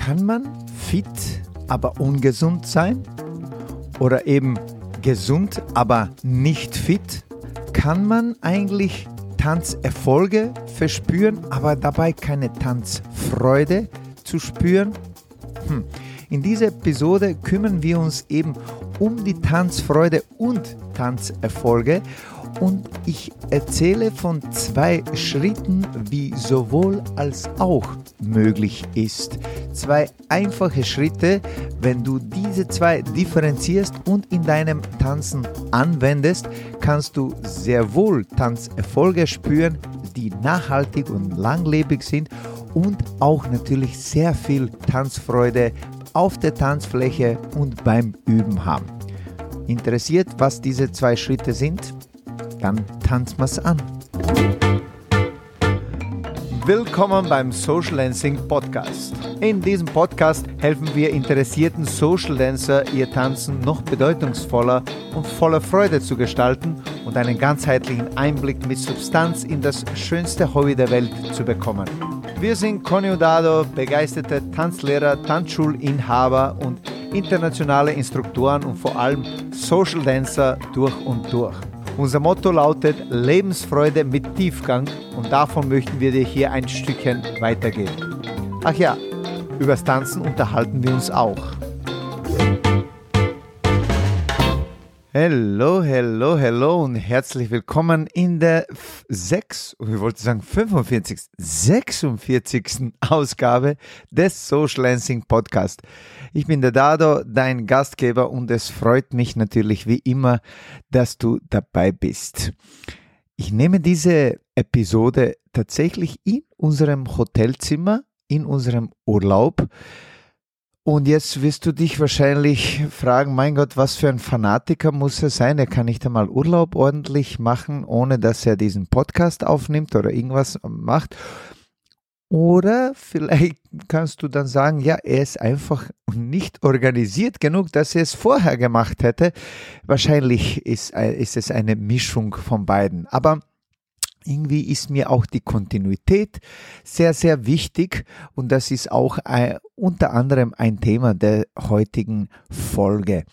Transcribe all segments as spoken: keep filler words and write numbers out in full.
Kann man fit, aber ungesund sein? Oder eben gesund, aber nicht fit? Kann man eigentlich Tanzerfolge verspüren, aber dabei keine Tanzfreude zu spüren? Hm. In dieser Episode kümmern wir uns eben um die Tanzfreude und Tanzerfolge und ich erzähle von zwei Schritten, wie sowohl als auch möglich ist. Zwei einfache Schritte, wenn du diese zwei differenzierst und in deinem Tanzen anwendest, kannst du sehr wohl Tanzerfolge spüren, die nachhaltig und langlebig sind und auch natürlich sehr viel Tanzfreude auf der Tanzfläche und beim Üben haben. Interessiert, was diese zwei Schritte sind? Dann tanzen wir's an. Willkommen beim Social Dancing Podcast. In diesem Podcast helfen wir interessierten Social Dancer, ihr Tanzen noch bedeutungsvoller und voller Freude zu gestalten und einen ganzheitlichen Einblick mit Substanz in das schönste Hobby der Welt zu bekommen. Wir sind Conny und Dado, begeisterte Tanzlehrer, Tanzschulinhaber und internationale Instruktoren und vor allem Social Dancer durch und durch. Unser Motto lautet Lebensfreude mit Tiefgang und davon möchten wir dir hier ein Stückchen weitergeben. Ach ja, übers Tanzen unterhalten wir uns auch. Hallo, hallo, hallo und herzlich willkommen in der sechs, ich wollte sagen fünfundvierzigsten, sechsundvierzigsten Ausgabe des Social Dancing Podcast. Ich bin der Dado, dein Gastgeber und es freut mich natürlich wie immer, dass du dabei bist. Ich nehme diese Episode tatsächlich in unserem Hotelzimmer, in unserem Urlaub. Und jetzt wirst du dich wahrscheinlich fragen, mein Gott, was für ein Fanatiker muss er sein? Er kann nicht einmal Urlaub ordentlich machen, ohne dass er diesen Podcast aufnimmt oder irgendwas macht. Oder vielleicht kannst du dann sagen, ja, er ist einfach nicht organisiert genug, dass er es vorher gemacht hätte. Wahrscheinlich ist, ist es eine Mischung von beiden. Aber irgendwie ist mir auch die Kontinuität sehr, sehr wichtig und das ist auch ein, unter anderem ein Thema der heutigen Folge.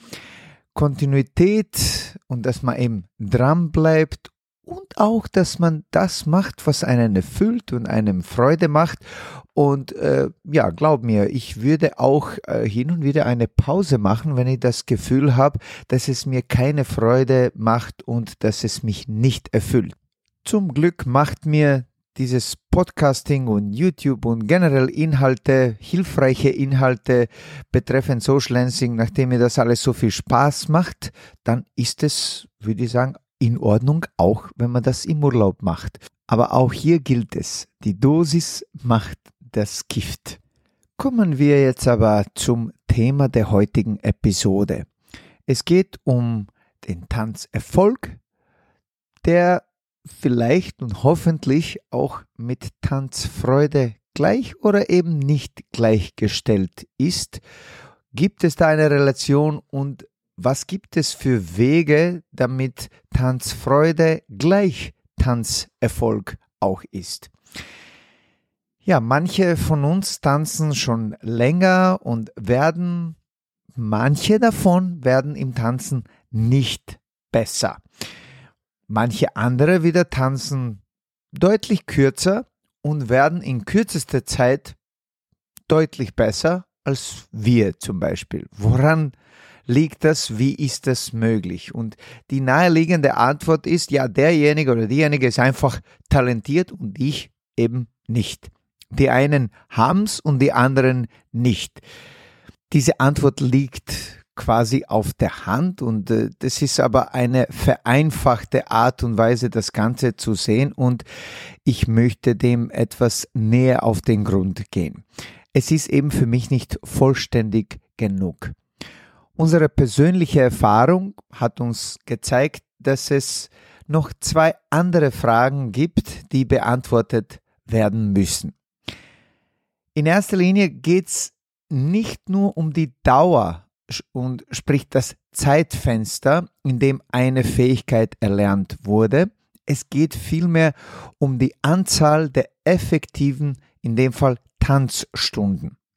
Kontinuität und dass man eben dran bleibt und auch, dass man das macht, was einen erfüllt und einem Freude macht. Und äh, ja, glaub mir, ich würde auch äh, hin und wieder eine Pause machen, wenn ich das Gefühl habe, dass es mir keine Freude macht und dass es mich nicht erfüllt. Zum Glück macht mir dieses Podcasting und YouTube und generell Inhalte, hilfreiche Inhalte betreffend Social Dancing, nachdem mir das alles so viel Spaß macht, dann ist es, würde ich sagen, in Ordnung, auch wenn man das im Urlaub macht. Aber auch hier gilt es, die Dosis macht das Gift. Kommen wir jetzt aber zum Thema der heutigen Episode. Es geht um den Tanzerfolg, der vielleicht und hoffentlich auch mit Tanzfreude gleich oder eben nicht gleichgestellt ist. Gibt es da eine Relation und was gibt es für Wege, damit Tanzfreude gleich Tanzerfolg auch ist? Ja, manche von uns tanzen schon länger und werden, manche davon werden im Tanzen nicht besser. Manche andere wieder tanzen deutlich kürzer und werden in kürzester Zeit deutlich besser als wir zum Beispiel. Woran liegt das? Wie ist das möglich? Und die naheliegende Antwort ist, ja, derjenige oder diejenige ist einfach talentiert und ich eben nicht. Die einen haben's und die anderen nicht. Diese Antwort liegt quasi auf der Hand und äh, das ist aber eine vereinfachte Art und Weise, das Ganze zu sehen und ich möchte dem etwas näher auf den Grund gehen. Es ist eben für mich nicht vollständig genug. Unsere persönliche Erfahrung hat uns gezeigt, dass es noch zwei andere Fragen gibt, die beantwortet werden müssen. In erster Linie geht es nicht nur um die Dauer und sprich das Zeitfenster, in dem eine Fähigkeit erlernt wurde. Es geht vielmehr um die Anzahl der effektiven, in dem Fall Tanzstunden.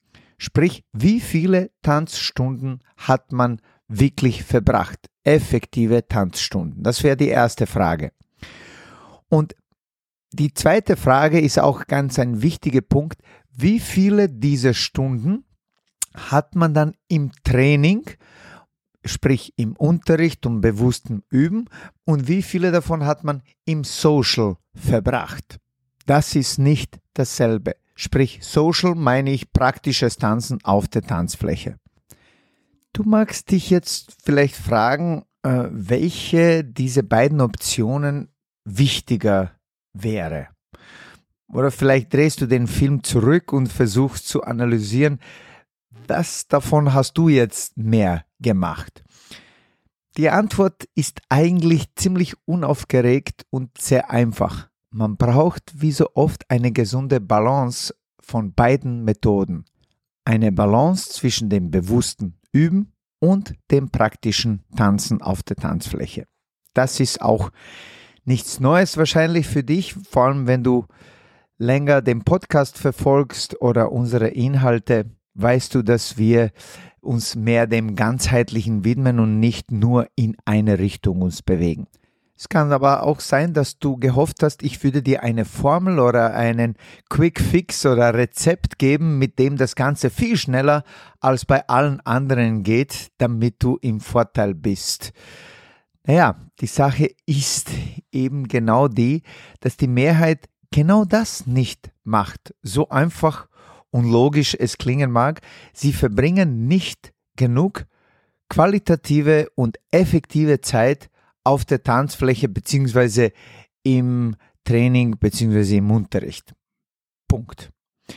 Sprich, wie viele Tanzstunden hat man wirklich verbracht? Effektive Tanzstunden. Das wäre die erste Frage. Und die zweite Frage ist auch ganz ein wichtiger Punkt. Wie viele dieser Stunden hat man dann im Training, sprich im Unterricht und bewusstem Üben, und wie viele davon hat man im Social verbracht? Das ist nicht dasselbe. Sprich, Social meine ich praktisches Tanzen auf der Tanzfläche. Du magst dich jetzt vielleicht fragen, äh, welche dieser beiden Optionen wichtiger wäre. Oder vielleicht drehst du den Film zurück und versuchst zu analysieren, was davon hast du jetzt mehr gemacht? Die Antwort ist eigentlich ziemlich unaufgeregt und sehr einfach. Man braucht wie so oft eine gesunde Balance von beiden Methoden. Eine Balance zwischen dem bewussten Üben und dem praktischen Tanzen auf der Tanzfläche. Das ist auch nichts Neues wahrscheinlich für dich, vor allem wenn du länger den Podcast verfolgst oder unsere Inhalte, weißt du, dass wir uns mehr dem Ganzheitlichen widmen und nicht nur in eine Richtung uns bewegen. Es kann aber auch sein, dass du gehofft hast, ich würde dir eine Formel oder einen Quick Fix oder Rezept geben, mit dem das Ganze viel schneller als bei allen anderen geht, damit du im Vorteil bist. Naja, die Sache ist eben genau die, dass die Mehrheit genau das nicht macht. So einfach und logisch es klingen mag, sie verbringen nicht genug qualitative und effektive Zeit auf der Tanzfläche bzw. im Training bzw. im Unterricht. Punkt.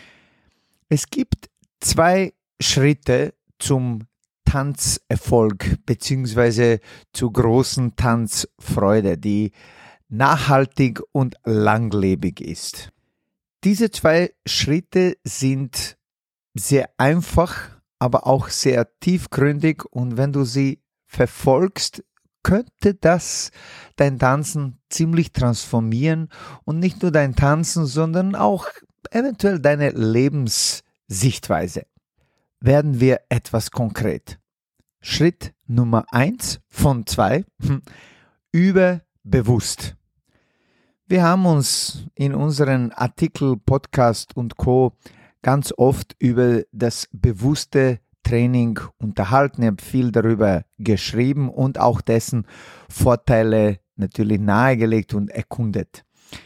Es gibt zwei Schritte zum Tanzerfolg bzw. zur großen Tanzfreude, die nachhaltig und langlebig ist. Diese zwei Schritte sind sehr einfach, aber auch sehr tiefgründig, und wenn du sie verfolgst, könnte das dein Tanzen ziemlich transformieren und nicht nur dein Tanzen, sondern auch eventuell deine Lebenssichtweise. Werden wir etwas konkret. Schritt Nummer eins von zwei, übe bewusst. Wir haben uns in unseren Artikel, Podcast und Co. ganz oft über das bewusste Training unterhalten. Ich habe viel darüber geschrieben und auch dessen Vorteile natürlich nahegelegt und erkundet.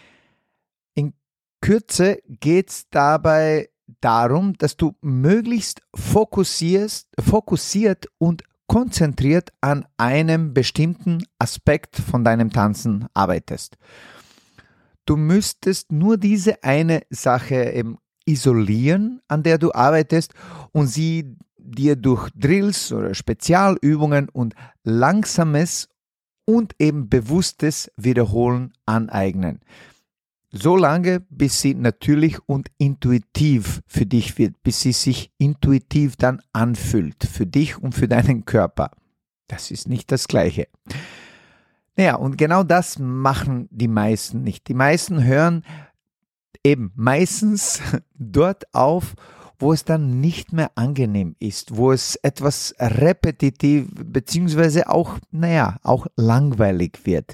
In Kürze geht es dabei darum, dass du möglichst fokussierst, fokussiert und konzentriert an einem bestimmten Aspekt von deinem Tanzen arbeitest. Du müsstest nur diese eine Sache eben isolieren, an der du arbeitest, und sie dir durch Drills oder Spezialübungen und langsames und eben bewusstes Wiederholen aneignen. So lange, bis sie natürlich und intuitiv für dich wird, bis sie sich intuitiv dann anfühlt, für dich und für deinen Körper. Das ist nicht das Gleiche. Naja, und genau das machen die meisten nicht. Die meisten hören eben meistens dort auf, wo es dann nicht mehr angenehm ist, wo es etwas repetitiv beziehungsweise auch, naja, auch langweilig wird.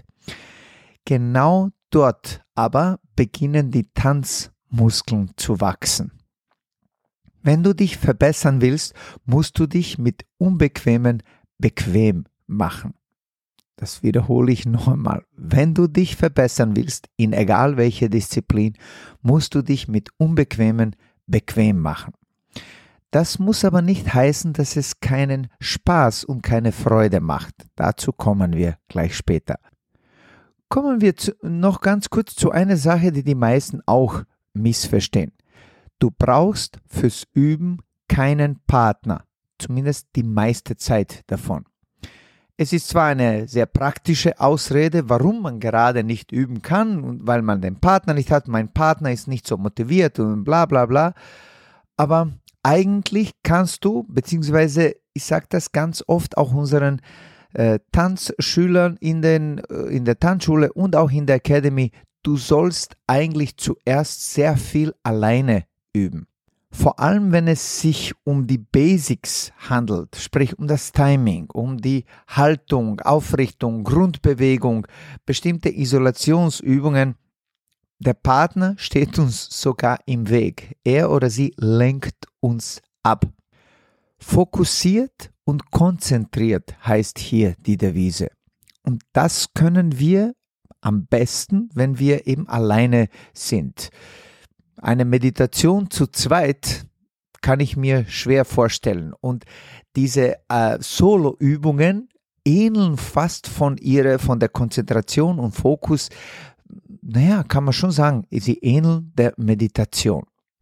Genau dort aber beginnen die Tanzmuskeln zu wachsen. Wenn du dich verbessern willst, musst du dich mit Unbequemen bequem machen. Das wiederhole ich noch einmal. Wenn du dich verbessern willst, in egal welcher Disziplin, musst du dich mit Unbequemen bequem machen. Das muss aber nicht heißen, dass es keinen Spaß und keine Freude macht. Dazu kommen wir gleich später. Kommen wir zu, noch ganz kurz zu einer Sache, die die meisten auch missverstehen. Du brauchst fürs Üben keinen Partner, zumindest die meiste Zeit davon. Es ist zwar eine sehr praktische Ausrede, warum man gerade nicht üben kann, und weil man den Partner nicht hat, mein Partner ist nicht so motiviert und bla bla bla, aber eigentlich kannst du, beziehungsweise ich sage das ganz oft auch unseren äh, Tanzschülern in, den, äh, in der Tanzschule und auch in der Academy, du sollst eigentlich zuerst sehr viel alleine üben. Vor allem, wenn es sich um die Basics handelt, sprich um das Timing, um die Haltung, Aufrichtung, Grundbewegung, bestimmte Isolationsübungen. Der Partner steht uns sogar im Weg. Er oder sie lenkt uns ab. Fokussiert und konzentriert heißt hier die Devise. Und das können wir am besten, wenn wir eben alleine sind. Eine Meditation zu zweit kann ich mir schwer vorstellen. Und diese äh, Solo-Übungen ähneln fast von ihrer, von der Konzentration und Fokus, naja, kann man schon sagen, sie ähneln der Meditation.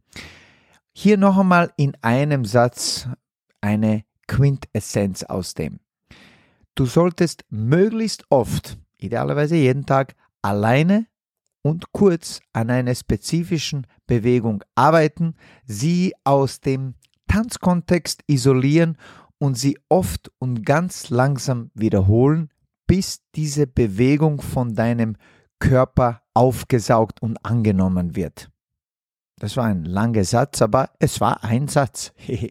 Hier noch einmal in einem Satz eine Quintessenz aus dem. Du solltest möglichst oft, idealerweise jeden Tag, alleine und kurz an einer spezifischen Bewegung arbeiten, sie aus dem Tanzkontext isolieren und sie oft und ganz langsam wiederholen, bis diese Bewegung von deinem Körper aufgesaugt und angenommen wird. Das war ein langer Satz, aber es war ein Satz.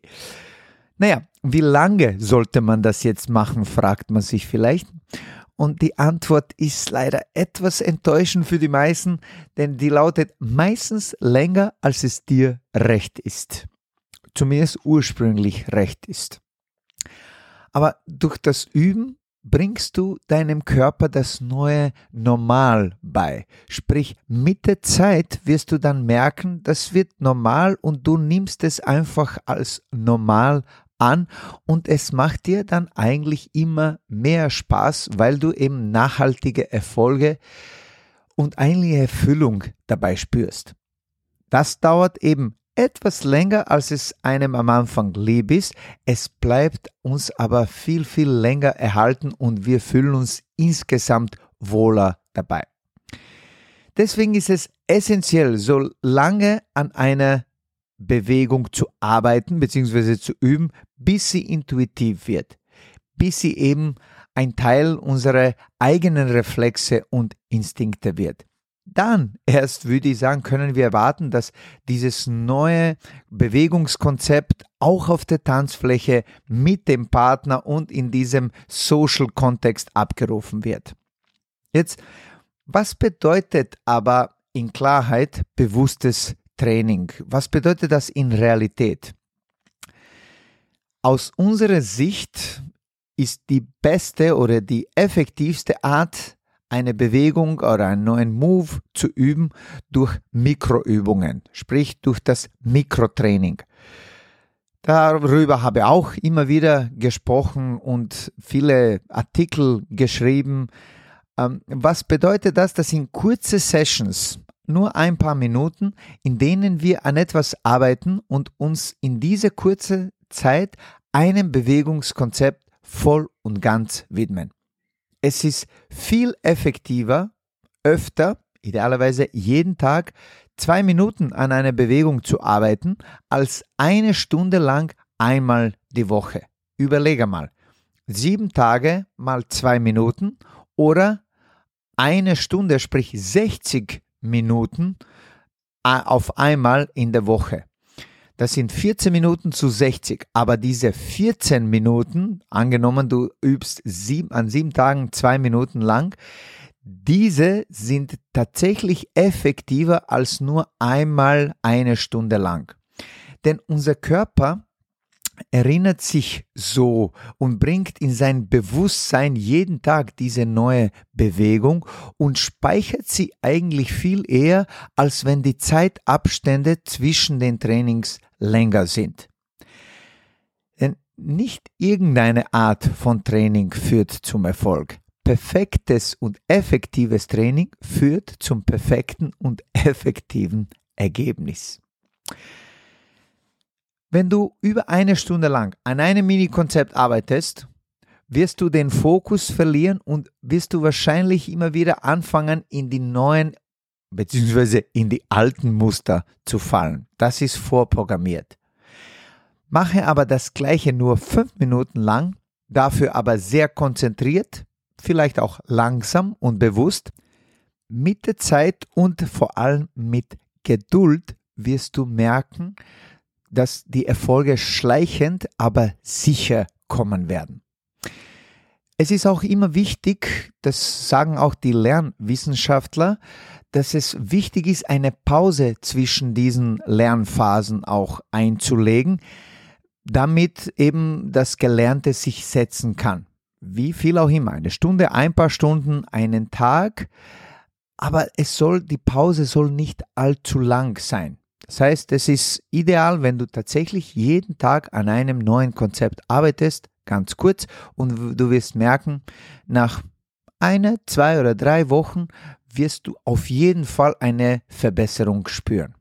Naja, wie lange sollte man das jetzt machen, fragt man sich vielleicht. Und die Antwort ist leider etwas enttäuschend für die meisten, denn die lautet meistens länger, als es dir recht ist. Zumindest ursprünglich recht ist. Aber durch das Üben bringst du deinem Körper das neue Normal bei. Sprich, mit der Zeit wirst du dann merken, das wird normal und du nimmst es einfach als normal an und es macht dir dann eigentlich immer mehr Spaß, weil du eben nachhaltige Erfolge und eine Erfüllung dabei spürst. Das dauert eben etwas länger, als es einem am Anfang lieb ist. Es bleibt uns aber viel, viel länger erhalten und wir fühlen uns insgesamt wohler dabei. Deswegen ist es essentiell, so lange an einer Bewegung zu arbeiten bzw. zu üben, bis sie intuitiv wird, bis sie eben ein Teil unserer eigenen Reflexe und Instinkte wird. Dann erst, würde ich sagen, können wir erwarten, dass dieses neue Bewegungskonzept auch auf der Tanzfläche mit dem Partner und in diesem Social-Kontext abgerufen wird. Jetzt, was bedeutet aber in Klarheit bewusstes Training? Was bedeutet das in Realität? Aus unserer Sicht ist die beste oder die effektivste Art, eine Bewegung oder einen neuen Move zu üben, durch Mikroübungen, sprich durch das Mikrotraining. Darüber habe ich auch immer wieder gesprochen und viele Artikel geschrieben. Was bedeutet das? Das sind kurze Sessions, nur ein paar Minuten, in denen wir an etwas arbeiten und uns in diese kurze Zeit einem Bewegungskonzept voll und ganz widmen. Es ist viel effektiver, öfter, idealerweise jeden Tag, zwei Minuten an einer Bewegung zu arbeiten, als eine Stunde lang einmal die Woche. Überlege mal, sieben Tage mal zwei Minuten oder eine Stunde, sprich sechzig Minuten auf einmal in der Woche. Das sind vierzehn Minuten zu sechzig, aber diese vierzehn Minuten, angenommen du übst sieben, an sieben Tagen zwei Minuten lang, diese sind tatsächlich effektiver als nur einmal eine Stunde lang. Denn unser Körper erinnert sich so und bringt in sein Bewusstsein jeden Tag diese neue Bewegung und speichert sie eigentlich viel eher, als wenn die Zeitabstände zwischen den Trainings länger sind. Denn nicht irgendeine Art von Training führt zum Erfolg. Perfektes und effektives Training führt zum perfekten und effektiven Ergebnis. Wenn du über eine Stunde lang an einem Mini-Konzept arbeitest, wirst du den Fokus verlieren und wirst du wahrscheinlich immer wieder anfangen, in die neuen bzw. in die alten Muster zu fallen. Das ist vorprogrammiert. Mache aber das Gleiche nur fünf Minuten lang, dafür aber sehr konzentriert, vielleicht auch langsam und bewusst. Mit der Zeit und vor allem mit Geduld wirst du merken, dass die Erfolge schleichend, aber sicher kommen werden. Es ist auch immer wichtig, das sagen auch die Lernwissenschaftler, dass es wichtig ist, eine Pause zwischen diesen Lernphasen auch einzulegen, damit eben das Gelernte sich setzen kann. Wie viel auch immer, eine Stunde, ein paar Stunden, einen Tag, aber es soll, die Pause soll nicht allzu lang sein. Das heißt, es ist ideal, wenn du tatsächlich jeden Tag an einem neuen Konzept arbeitest, ganz kurz, und du wirst merken, nach einer, zwei oder drei Wochen wirst du auf jeden Fall eine Verbesserung spüren.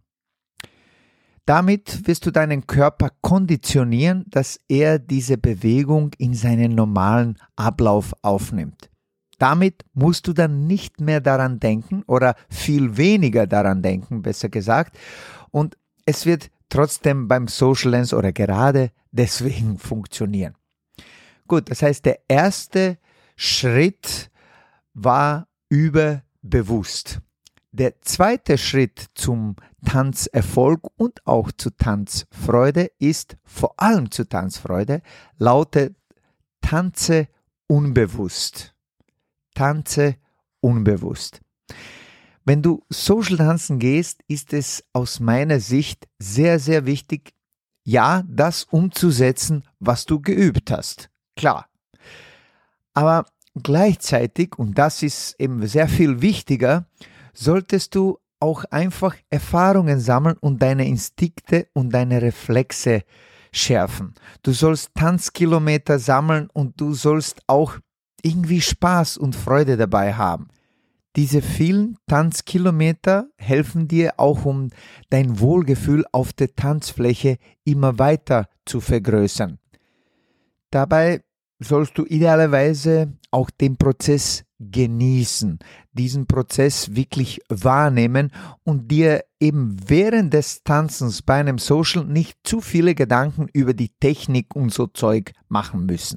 Damit wirst du deinen Körper konditionieren, dass er diese Bewegung in seinen normalen Ablauf aufnimmt. Damit musst du dann nicht mehr daran denken oder viel weniger daran denken, besser gesagt. Und es wird trotzdem beim Social Dance oder gerade deswegen funktionieren. Gut, das heißt, der erste Schritt war überbewusst. Der zweite Schritt zum Tanzerfolg und auch zu Tanzfreude ist, vor allem zu Tanzfreude, lautet tanze unbewusst. Tanze unbewusst. Wenn du Social tanzen gehst, ist es aus meiner Sicht sehr, sehr wichtig, ja, das umzusetzen, was du geübt hast. Klar. Aber gleichzeitig, und das ist eben sehr viel wichtiger, solltest du auch einfach Erfahrungen sammeln und deine Instinkte und deine Reflexe schärfen. Du sollst Tanzkilometer sammeln und du sollst auch irgendwie Spaß und Freude dabei haben. Diese vielen Tanzkilometer helfen dir auch, um dein Wohlgefühl auf der Tanzfläche immer weiter zu vergrößern. Dabei sollst du idealerweise auch den Prozess genießen, diesen Prozess wirklich wahrnehmen und dir eben während des Tanzens bei einem Social nicht zu viele Gedanken über die Technik und so Zeug machen müssen.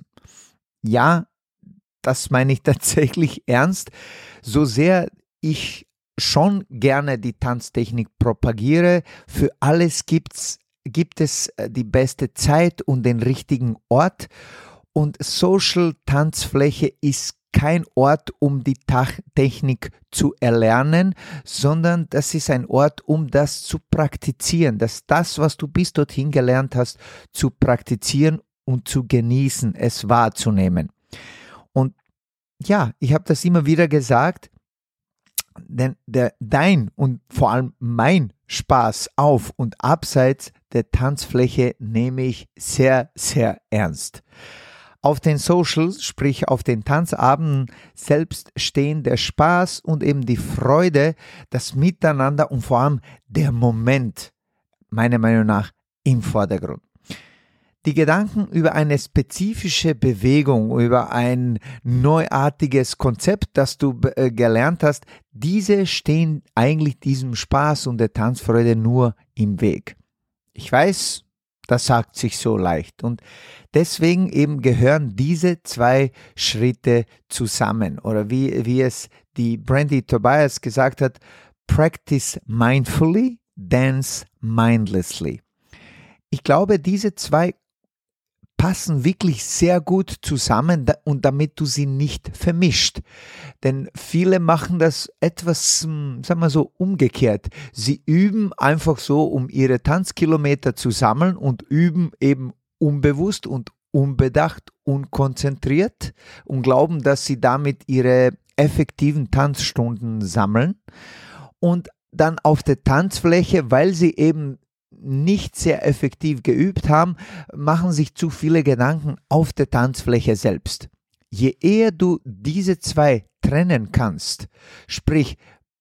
Ja, das meine ich tatsächlich ernst, so sehr ich schon gerne die Tanztechnik propagiere, für alles gibt's, gibt es die beste Zeit und den richtigen Ort. Und Social Tanzfläche ist kein Ort, um die Technik zu erlernen, sondern das ist ein Ort, um das zu praktizieren, dass das, was du bis dorthin gelernt hast, zu praktizieren und zu genießen, es wahrzunehmen. Und ja, ich habe das immer wieder gesagt, denn der, dein und vor allem mein Spaß auf und abseits der Tanzfläche nehme ich sehr, sehr ernst. Auf den Socials, sprich auf den Tanzabenden selbst stehen der Spaß und eben die Freude, das Miteinander und vor allem der Moment, meiner Meinung nach, im Vordergrund. Die Gedanken über eine spezifische Bewegung, über ein neuartiges Konzept, das du äh, gelernt hast, diese stehen eigentlich diesem Spaß und der Tanzfreude nur im Weg. Ich weiß, das sagt sich so leicht und deswegen eben gehören diese zwei Schritte zusammen oder wie, wie es die Brandy Tobias gesagt hat, practice mindfully, dance mindlessly. Ich glaube, diese zwei passen wirklich sehr gut zusammen und damit du sie nicht vermischt. Denn viele machen das etwas, sagen wir so, umgekehrt. Sie üben einfach so, um ihre Tanzkilometer zu sammeln und üben eben unbewusst und unbedacht, unkonzentriert und glauben, dass sie damit ihre effektiven Tanzstunden sammeln. Und dann auf der Tanzfläche, weil sie eben nicht sehr effektiv geübt haben, machen sich zu viele Gedanken auf der Tanzfläche selbst. Je eher du diese zwei trennen kannst, sprich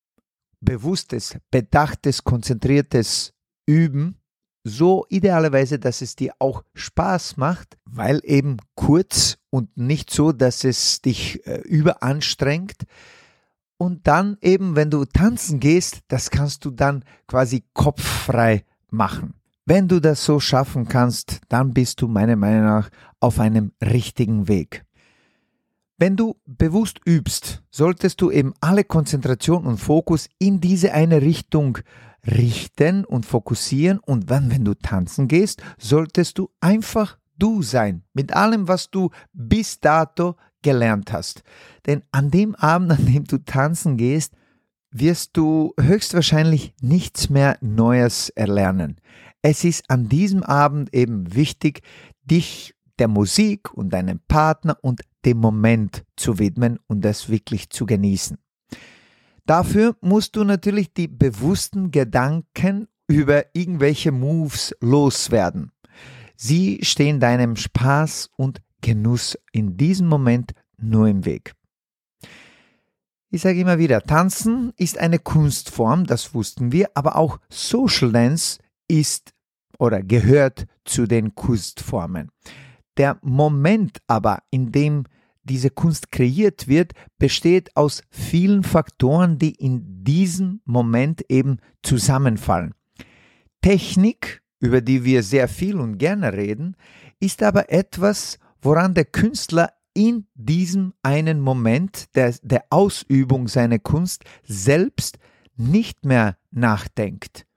bewusstes, bedachtes, konzentriertes Üben, so idealerweise, dass es dir auch Spaß macht, weil eben kurz und nicht so, dass es dich äh, überanstrengt. Und dann eben, wenn du tanzen gehst, das kannst du dann quasi kopffrei machen. Wenn du das so schaffen kannst, dann bist du meiner Meinung nach auf einem richtigen Weg. Wenn du bewusst übst, solltest du eben alle Konzentration und Fokus in diese eine Richtung richten und fokussieren und dann, wenn du tanzen gehst, solltest du einfach du sein, mit allem, was du bis dato gelernt hast. Denn an dem Abend, an dem du tanzen gehst, wirst du höchstwahrscheinlich nichts mehr Neues erlernen. Es ist an diesem Abend eben wichtig, dich der Musik und deinem Partner und dem Moment zu widmen und das wirklich zu genießen. Dafür musst du natürlich die bewussten Gedanken über irgendwelche Moves loswerden. Sie stehen deinem Spaß und Genuss in diesem Moment nur im Weg. Ich sage immer wieder, Tanzen ist eine Kunstform, das wussten wir, aber auch Social Dance ist oder gehört zu den Kunstformen. Der Moment aber, in dem diese Kunst kreiert wird, besteht aus vielen Faktoren, die in diesem Moment eben zusammenfallen. Technik, über die wir sehr viel und gerne reden, ist aber etwas, woran der Künstler in diesem einen Moment der, der Ausübung seiner Kunst selbst nicht mehr nachdenkt.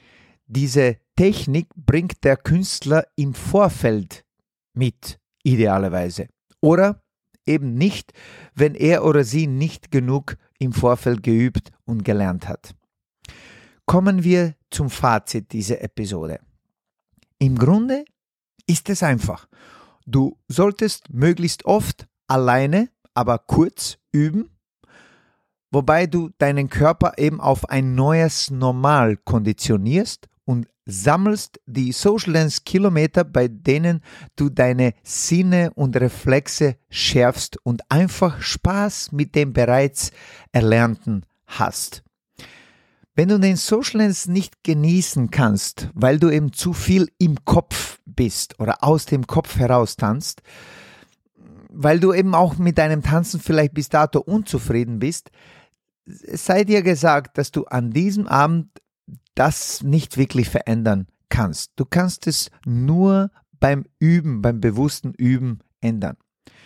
Diese Technik bringt der Künstler im Vorfeld mit, idealerweise. Oder eben nicht, wenn er oder sie nicht genug im Vorfeld geübt und gelernt hat. Kommen wir zum Fazit dieser Episode. Im Grunde ist es einfach. Du solltest möglichst oft alleine, aber kurz üben, wobei du deinen Körper eben auf ein neues Normal konditionierst und sammelst die Social Dance Kilometer, bei denen du deine Sinne und Reflexe schärfst und einfach Spaß mit dem bereits Erlernten hast. Wenn du den Social Dance nicht genießen kannst, weil du eben zu viel im Kopf bist oder aus dem Kopf heraus tanzt, weil du eben auch mit deinem Tanzen vielleicht bis dato unzufrieden bist, sei dir gesagt, dass du an diesem Abend das nicht wirklich verändern kannst. Du kannst es nur beim Üben, beim bewussten Üben ändern.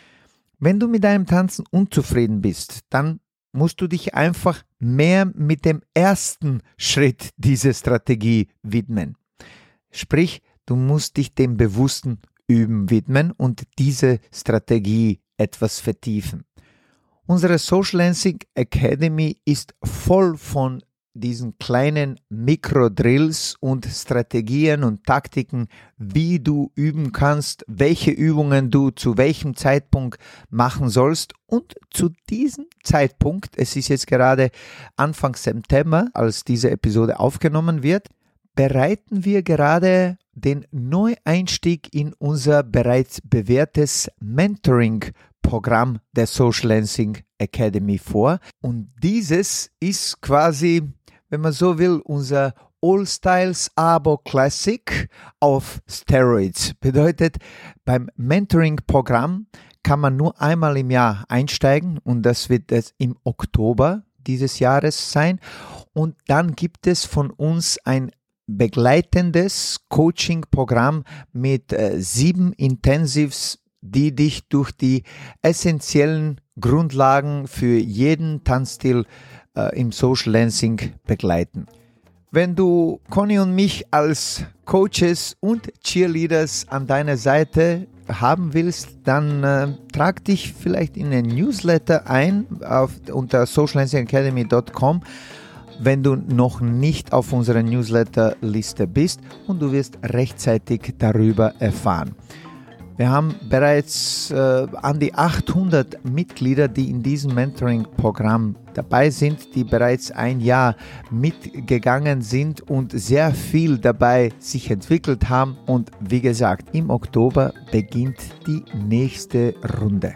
Wenn du mit deinem Tanzen unzufrieden bist, dann musst du dich einfach mehr mit dem ersten Schritt dieser Strategie widmen. Sprich, du musst dich dem bewussten Üben widmen und diese Strategie etwas vertiefen. Unsere Social Dancing Academy ist voll von diesen kleinen Mikrodrills und Strategien und Taktiken, wie du üben kannst, welche Übungen du zu welchem Zeitpunkt machen sollst. Und zu diesem Zeitpunkt, es ist jetzt gerade Anfang September, als diese Episode aufgenommen wird, bereiten wir gerade den Neueinstieg in unser bereits bewährtes Mentoring-Programm der Social Dancing Academy vor. Und dieses ist quasi, wenn man so will, unser All Styles Abo Classic auf Steroids. Bedeutet, beim Mentoring-Programm kann man nur einmal im Jahr einsteigen und das wird es im Oktober dieses Jahres sein. Und dann gibt es von uns ein begleitendes Coaching-Programm mit äh, sieben Intensives, die dich durch die essentiellen Grundlagen für jeden Tanzstil äh, im Social Dancing begleiten. Wenn du Conny und mich als Coaches und Cheerleaders an deiner Seite haben willst, dann äh, trag dich vielleicht in den Newsletter ein auf, unter social dancing academy dot com, wenn du noch nicht auf unserer Newsletterliste bist, und du wirst rechtzeitig darüber erfahren. Wir haben bereits äh, an die achthundert Mitglieder, die in diesem Mentoring-Programm dabei sind, die bereits ein Jahr mitgegangen sind und sehr viel dabei sich entwickelt haben. Und wie gesagt, im Oktober beginnt die nächste Runde.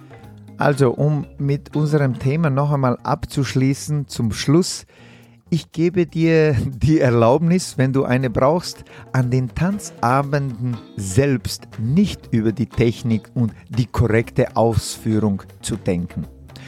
Also, um mit unserem Thema noch einmal abzuschließen, zum Schluss: Ich gebe dir die Erlaubnis, wenn du eine brauchst, an den Tanzabenden selbst nicht über die Technik und die korrekte Ausführung zu denken.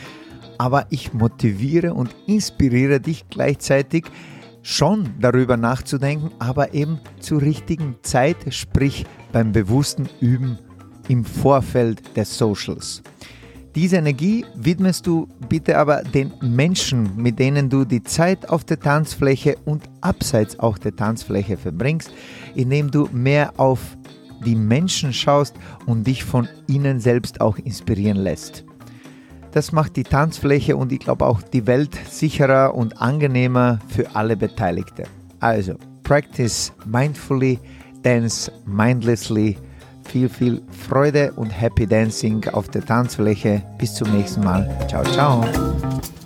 Aber ich motiviere und inspiriere dich gleichzeitig, schon darüber nachzudenken, aber eben zur richtigen Zeit, sprich beim bewussten Üben im Vorfeld des Socials. Diese Energie widmest du bitte aber den Menschen, mit denen du die Zeit auf der Tanzfläche und abseits auch der Tanzfläche verbringst, indem du mehr auf die Menschen schaust und dich von ihnen selbst auch inspirieren lässt. Das macht die Tanzfläche und ich glaube auch die Welt sicherer und angenehmer für alle Beteiligten. Also, practice mindfully, dance mindlessly. Viel, viel Freude und Happy Dancing auf der Tanzfläche. Bis zum nächsten Mal. Ciao, ciao.